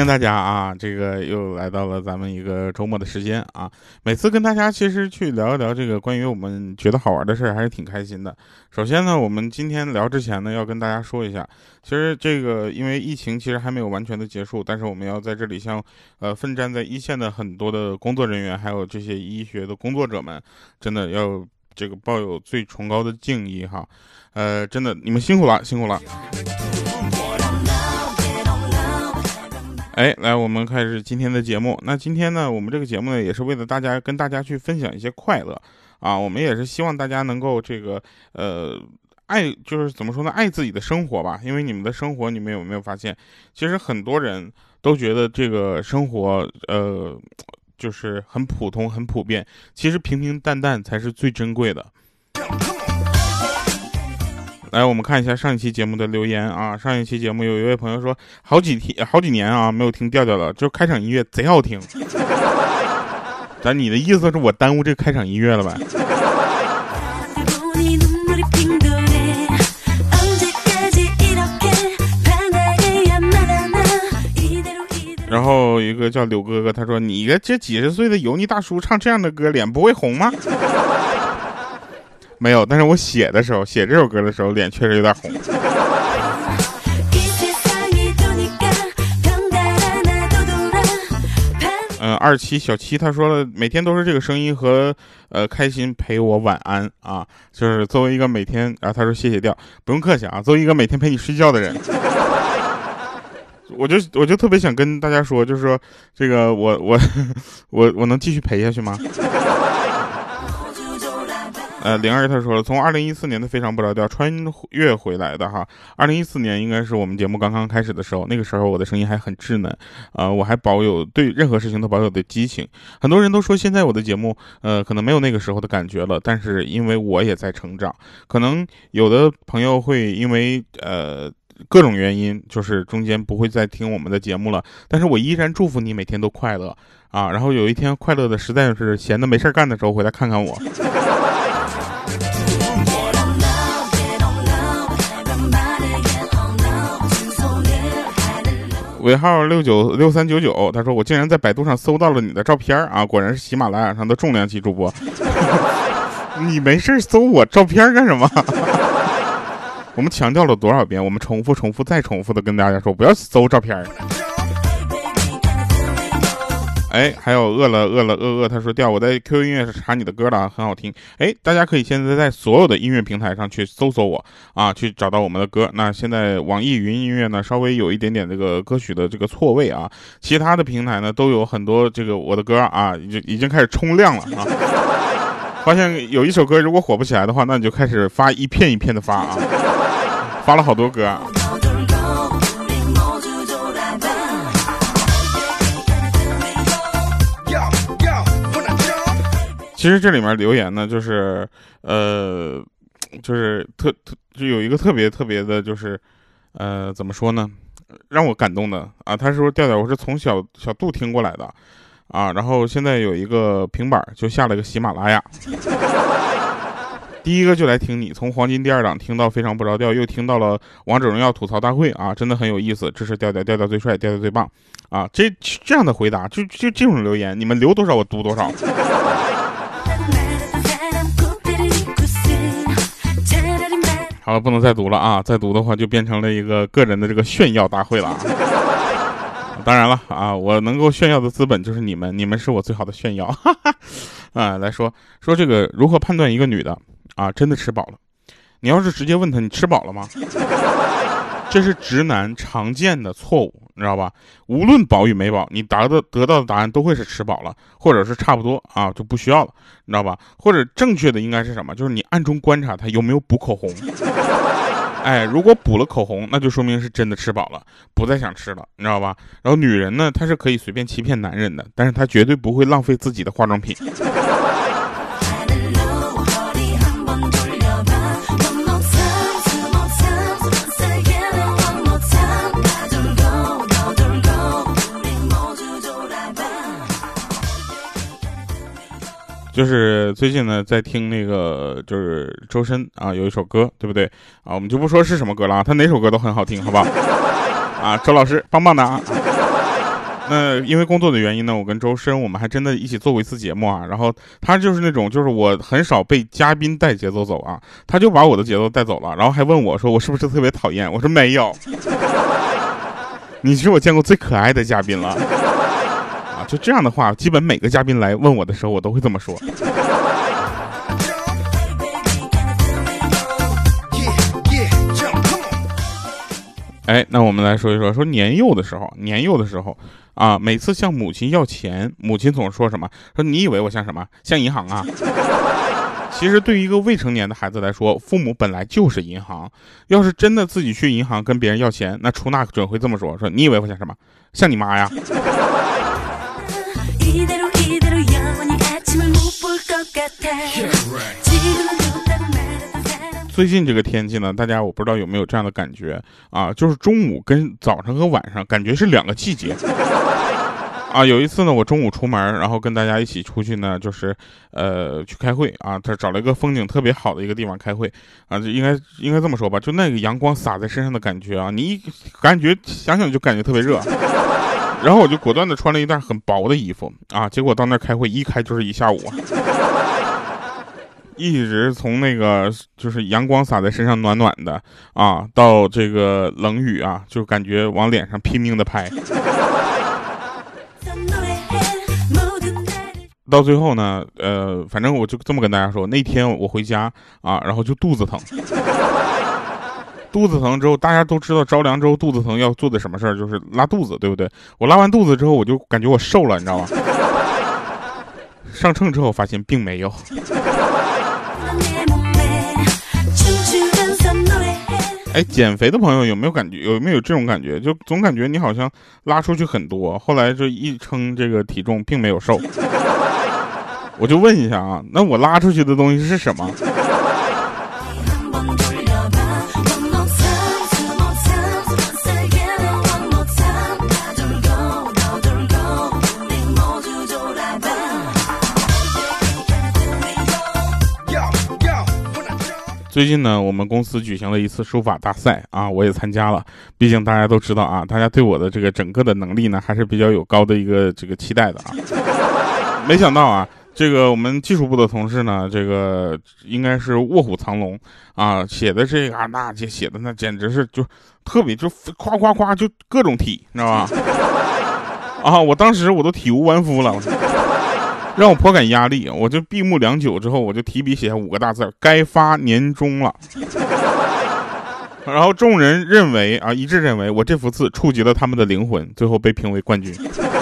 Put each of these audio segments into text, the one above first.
迎大家啊！这个又来到了咱们一个周末的时间啊。每次跟大家其实去聊一聊这个关于我们觉得好玩的事儿，还是挺开心的。首先呢，我们今天聊之前呢，要跟大家说一下，其实这个因为疫情其实还没有完全的结束，但是我们要在这里向奋战在一线的很多的工作人员，还有这些医学的工作者们，真的要这个抱有最崇高的敬意哈。真的你们辛苦了，辛苦了。哎，来，我们开始今天的节目。那今天呢，我们这个节目呢，也是为了跟大家去分享一些快乐啊。我们也是希望大家能够这个爱，就是怎么说呢，爱自己的生活吧。因为你们的生活，你们有没有发现，其实很多人都觉得这个生活就是很普通、很普遍，其实平平淡淡才是最珍贵的。来，我们看一下上一期节目的留言啊。上一期节目有一位朋友说，好几年啊没有听调调了，就开场音乐贼好听。但你的意思是我耽误这个开场音乐了呗？然后一个叫柳哥哥，他说：“你个这几十岁的油腻大叔唱这样的歌，脸不会红吗？”没有，但是我写这首歌的时候，脸确实有点红。27小七他说了，每天都是这个声音和开心陪我晚安啊，就是作为一个每天啊，他说谢谢调，不用客气啊，作为一个每天陪你睡觉的人。我就特别想跟大家说，就是说这个我能继续陪下去吗？02他说了，从2014年的非常不着调穿越回来的哈。2014年应该是我们节目刚刚开始的时候，那个时候我的声音还很稚嫩，我还保有对任何事情都保有的激情。很多人都说现在我的节目可能没有那个时候的感觉了，但是因为我也在成长，可能有的朋友会因为各种原因，就是中间不会再听我们的节目了，但是我依然祝福你每天都快乐啊！然后有一天快乐的实在是闲的没事干的时候，回来看看我。尾号6399，他说我竟然在百度上搜到了你的照片啊，果然是喜马拉雅上的重量级主播。你没事搜我照片干什么？我们强调了多少遍，我们重复再重复的跟大家说，不要搜照片。哎，还有饿了，他说调我在 QQ 音乐查你的歌了，很好听。哎，大家可以现在在所有的音乐平台上去搜索我啊，去找到我们的歌。那现在网易云音乐呢，稍微有一点点这个歌曲的这个错位啊，其他的平台呢都有很多这个我的歌啊，已经开始冲量了啊。发现有一首歌如果火不起来的话，那你就开始发一片一片的发啊，发了好多歌啊。其实这里面留言呢，就是就是就有一个特别的，就是怎么说呢，让我感动的啊。他说调调，我是从小度听过来的啊，然后现在有一个平板就下了个喜马拉雅，第一个就来听你，从黄金第二档听到非常不着调，又听到了王者荣耀吐槽大会啊，真的很有意思，支持调调最帅，调调最棒啊。这样的回答，就这种留言，你们留多少我读多少。好了，不能再读了啊！再读的话就变成了一个个人的这个炫耀大会了啊！当然了啊，我能够炫耀的资本就是你们是我最好的炫耀。啊，来说这个如何判断一个女的啊真的吃饱了？你要是直接问她你吃饱了吗？这是直男常见的错误，你知道吧？无论饱与没饱，你得到的答案都会是吃饱了，或者是差不多啊，就不需要了，你知道吧？或者正确的应该是什么？就是你暗中观察他有没有补口红。哎，如果补了口红，那就说明是真的吃饱了，不再想吃了，你知道吧？然后女人呢，她是可以随便欺骗男人的，但是她绝对不会浪费自己的化妆品。就是最近呢，在听那个就是周深啊，有一首歌，对不对啊？我们就不说是什么歌了啊，他哪首歌都很好听，好不好？啊，周老师棒棒的啊！ 那因为工作的原因呢，我跟周深我们还真的一起做过一次节目啊。然后他就是那种，就是我很少被嘉宾带节奏走啊，他就把我的节奏带走了，然后还问我说我是不是特别讨厌？我说没有，你是我见过最可爱的嘉宾了啊。就这样的话，基本每个嘉宾来问我的时候，我都会这么说。哎，那我们来说一说，年幼的时候啊，每次向母亲要钱，母亲总说什么？说你以为我像什么？像银行啊？其实对于一个未成年的孩子来说，父母本来就是银行。要是真的自己去银行跟别人要钱，那出纳准会这么说：说你以为我像什么？像你妈呀！最近这个天气呢，大家我不知道有没有这样的感觉啊，就是中午跟早上和晚上感觉是两个季节啊。有一次呢，我中午出门，然后跟大家一起出去呢，就是去开会啊，他找了一个风景特别好的一个地方开会啊，就应该这么说吧，就那个阳光洒在身上的感觉啊，你感觉想想就感觉特别热。然后我就果断的穿了一件很薄的衣服啊，结果到那开会一开就是一下午。一直从那个就是阳光洒在身上暖暖的啊，到这个冷雨啊，就感觉往脸上拼命的拍。到最后呢，反正我就这么跟大家说，那天我回家啊，然后就肚子疼。肚子疼之后，大家都知道着凉之后肚子疼要做的什么事儿，就是拉肚子，对不对？我拉完肚子之后，我就感觉我瘦了，你知道吗？上秤之后发现并没有。哎，减肥的朋友有没有感觉？有没有这种感觉？就总感觉你好像拉出去很多，后来这一称这个体重并没有瘦。我就问一下啊，那我拉出去的东西是什么？最近呢，我们公司举行了一次书法大赛啊，我也参加了。毕竟大家都知道啊，大家对我的这个整个的能力呢，还是比较有高的一个这个期待的啊。没想到啊，这个我们技术部的同事呢，这个应该是卧虎藏龙啊，写的这个那写的那简直是就特别就夸夸夸就各种体，你知道吧？啊，我当时我都体无完肤了。让我颇感压力，我就闭目良久之后，我就提笔写下5个大字：该发年终了。然后众人认为啊，一致认为我这幅字触及了他们的灵魂，最后被评为冠军。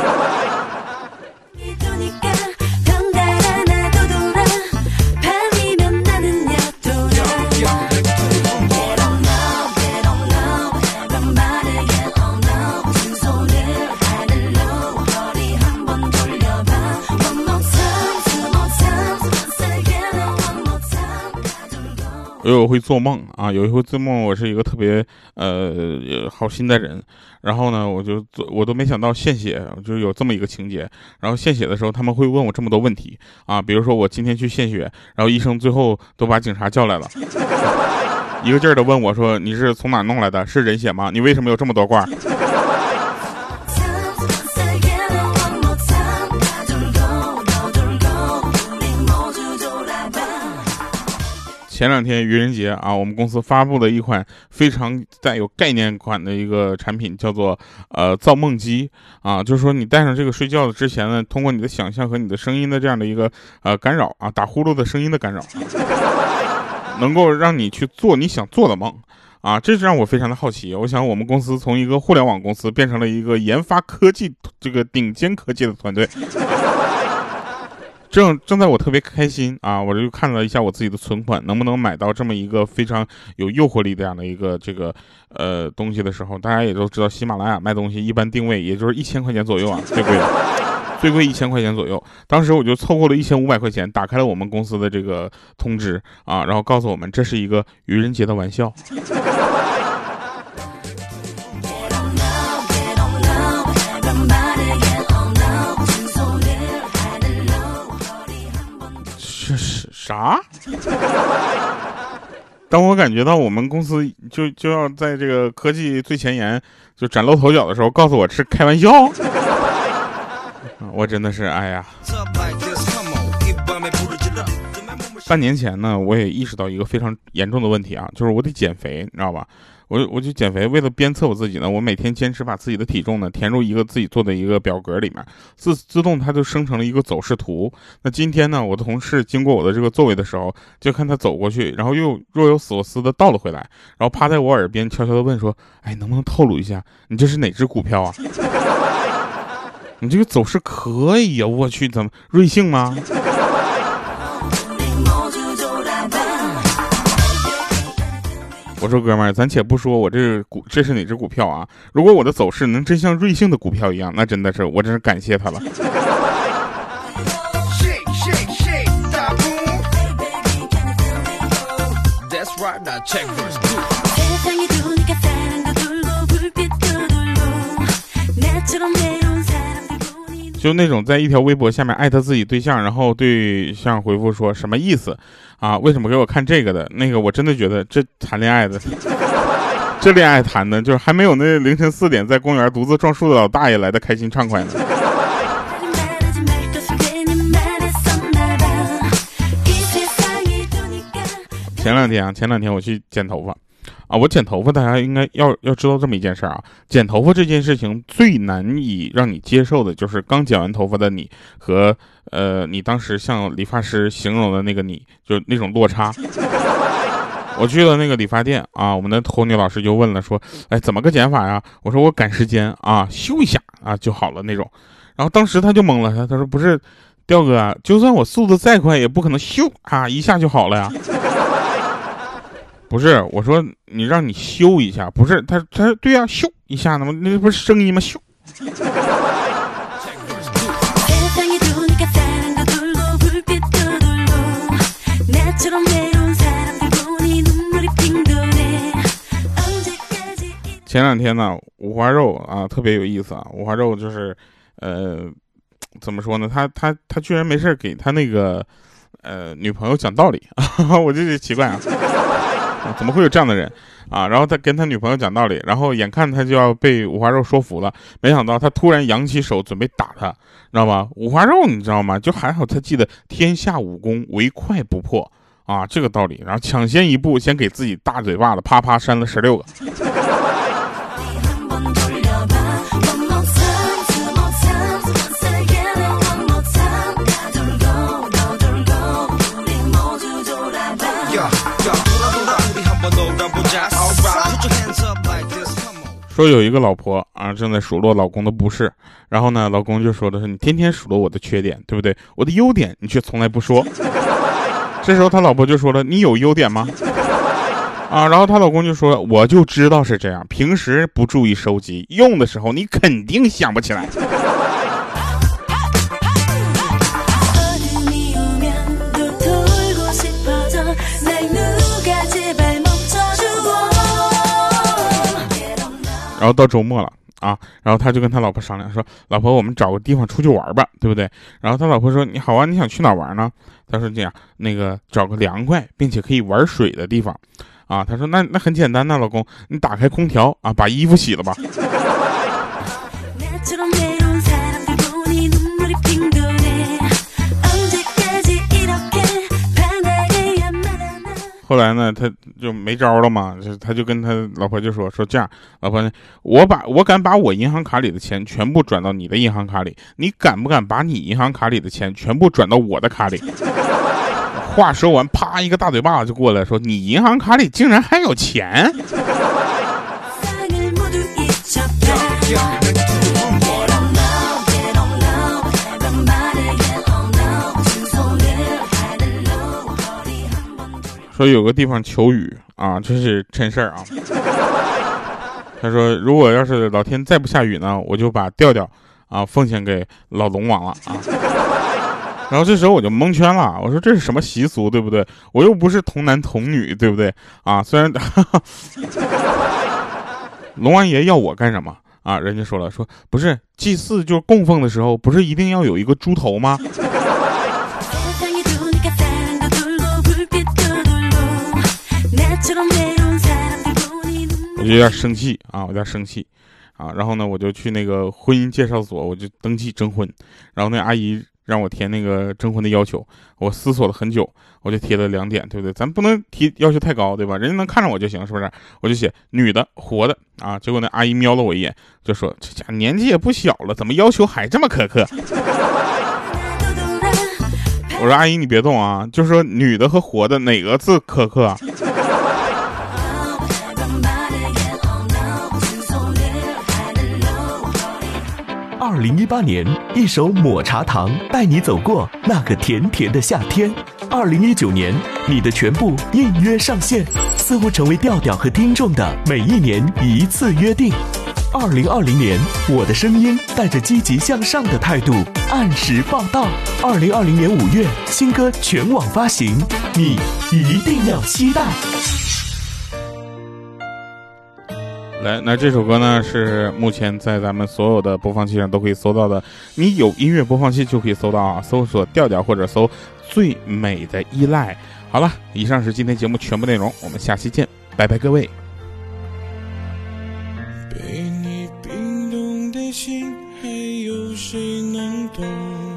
有一回做梦啊，有一回做梦，我是一个特别好心的人，然后呢，我都没想到献血就有这么一个情节。然后献血的时候，他们会问我这么多问题啊，比如说我今天去献血，然后医生最后都把警察叫来了，一个劲儿的问我说：“你是从哪弄来的？是人血吗？你为什么有这么多罐？”前2天愚人节啊，我们公司发布了一款非常带有概念款的一个产品，叫做造梦机啊，就是说你戴上这个睡觉的之前呢，通过你的想象和你的声音的这样的一个干扰啊，打呼噜的声音的干扰，能够让你去做你想做的梦啊，这让我非常的好奇。我想我们公司从一个互联网公司变成了一个研发科技这个顶尖科技的团队。正在我特别开心啊，我就看了一下我自己的存款能不能买到这么一个非常有诱惑力这样的一个这个东西的时候，大家也都知道喜马拉雅卖东西一般定位也就是1000块钱左右啊，最贵的最贵1000块钱左右。当时我就凑够了1500块钱，打开了我们公司的这个通知啊，然后告诉我们这是一个愚人节的玩笑。啥？当我感觉到我们公司就要在这个科技最前沿就崭露头角的时候，告诉我是开玩笑。 我真的是哎呀。半年前呢，我也意识到一个非常严重的问题啊，就是我得减肥，你知道吧？我就减肥，为了鞭策我自己呢，我每天坚持把自己的体重呢填入一个自己做的一个表格里面，自动它就生成了一个走势图。那今天呢，我的同事经过我的这个座位的时候，就看他走过去，然后又若有所思的倒了回来，然后趴在我耳边悄悄的问说：“哎，能不能透露一下，你这是哪只股票啊？你这个走势可以呀，我去，怎么瑞幸吗？”我说哥们儿，咱且不说我这是哪只股票啊，如果我的走势能真像瑞幸的股票一样，那真的是我真是感谢他了。就那种在一条微博下面艾特自己对象，然后对象回复说什么意思啊？为什么给我看这个的？那个我真的觉得这谈恋爱的，这恋爱谈的就是还没有那凌晨4点在公园独自撞树的老大爷来的开心畅快呢。前两天我去剪头发。我剪头发，大家应该要知道这么一件事啊，剪头发这件事情最难以让你接受的就是刚剪完头发的你和你当时向理发师形容的那个你，就那种落差。我去了那个理发店啊，我们的托尼老师就问了说，哎，怎么个剪法呀？我说我赶时间啊，修一下啊就好了那种。然后当时他就懵了，他说不是，吊哥啊，就算我速度再快，也不可能修啊一下就好了呀。不是，我说你让你修一下，不是他对呀，修一下呢吗？那不是声音吗？修。前两天呢，五花肉啊特别有意思啊，五花肉就是怎么说呢？他居然没事给他那个女朋友讲道理啊，我就奇怪啊。怎么会有这样的人啊？然后他跟他女朋友讲道理，然后眼看他就要被五花肉说服了，没想到他突然扬起手准备打他，知道吧？五花肉你知道吗？就还好他记得天下武功唯快不破啊这个道理，然后抢先一步先给自己大嘴巴子啪啪扇了16个。说有一个老婆啊，正在数落老公的不是，然后呢，老公就说的是你天天数落我的缺点，对不对？我的优点你却从来不说。这时候他老婆就说了，你有优点吗？啊，然后她老公就说，我就知道是这样，平时不注意收集，用的时候你肯定想不起来。然后到周末了啊，然后他就跟他老婆商量说，老婆我们找个地方出去玩吧，对不对？然后他老婆说，你好啊，你想去哪玩呢？他说这样，那个找个凉快并且可以玩水的地方啊。他说那很简单呐，老公你打开空调啊，把衣服洗了吧。后来呢，他就没招了嘛，他就跟他老婆就说这样，老婆呢，我敢把我银行卡里的钱全部转到你的银行卡里，你敢不敢把你银行卡里的钱全部转到我的卡里？话说完，啪一个大嘴巴就过来说，你银行卡里竟然还有钱！说有个地方求雨啊，这是真事儿啊。他说如果要是老天再不下雨呢，我就把调调啊奉献给老龙王了啊。然后这时候我就蒙圈了，我说这是什么习俗，对不对？我又不是童男童女，对不对啊？虽然龙王爷要我干什么啊？人家说了，说不是祭祀就是供奉的时候，不是一定要有一个猪头吗？我就有点生气啊，我有点生气啊，然后呢，我就去那个婚姻介绍所，我就登记征婚，然后那阿姨让我填那个征婚的要求，我思索了很久，我就提了2点，对不对？咱不能提要求太高，对吧？人家能看上我就行，是不是？我就写女的活的啊，结果那阿姨瞄了我一眼，就说这家年纪也不小了，怎么要求还这么苛刻？我说阿姨你别动啊，就是说女的和活的哪个字苛刻啊 ？2018年，一首抹茶糖带你走过那个甜甜的夏天。2019年，你的全部应约上线，似乎成为调调和听众的每一年一次约定。2020年，我的声音带着积极向上的态度按时报道。2020年5月，新歌全网发行，你一定要期待。 来，那这首歌呢是目前在咱们所有的播放器上都可以搜到的，你有音乐播放器就可以搜到啊，搜索调调或者搜最美的依赖。好了，以上是今天节目全部内容，我们下期见，拜拜各位。 被你冰冻的心还有谁能懂，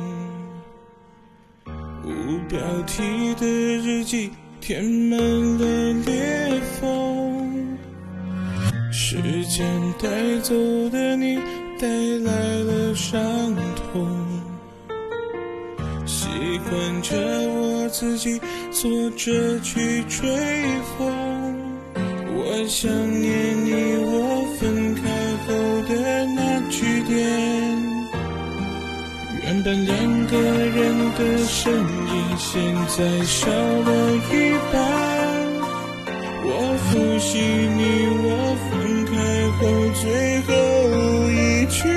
无标题的日记填满了裂缝，时间带走的你带来了伤痛，习惯着我自己坐着去吹风，我想念你我分开后的那句点，原本2个人的身影现在少了一半，我复习你我分开后最后一句，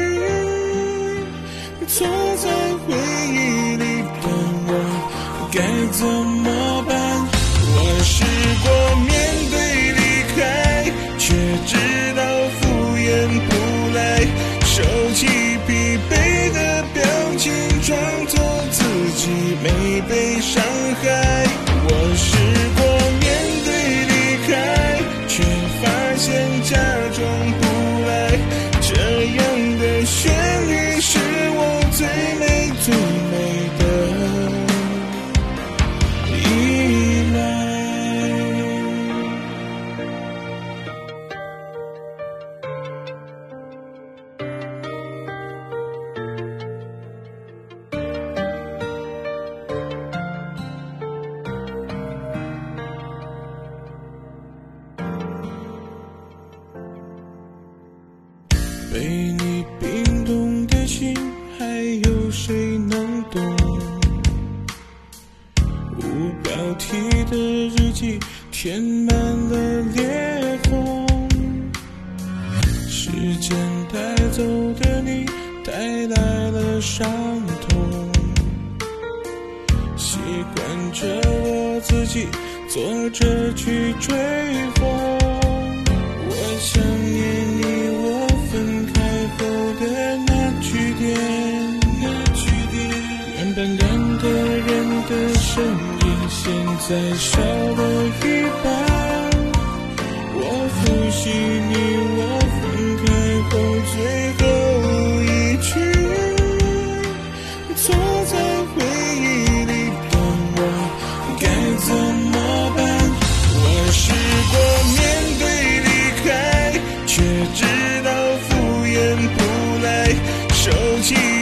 坐在回忆里的我该怎么办？我试过面对离开，却知道敷衍不来，收起疲惫的表情，装作自己没被伤害。我试过面对离开，却发现假装不来，这样的旋律是我最美最美的依赖。被你冰冻的心还有谁能懂，无标题的日记填满了裂缝，时间带走的你带来了伤痛，习惯着我自己坐着去追风，我想念你我分开后的那句点，原本2个人的身影现在少了一半，我复习你我分开后最后一句，坐在回忆里的我该怎么办？我试过面对离开，却知道敷衍不来，收起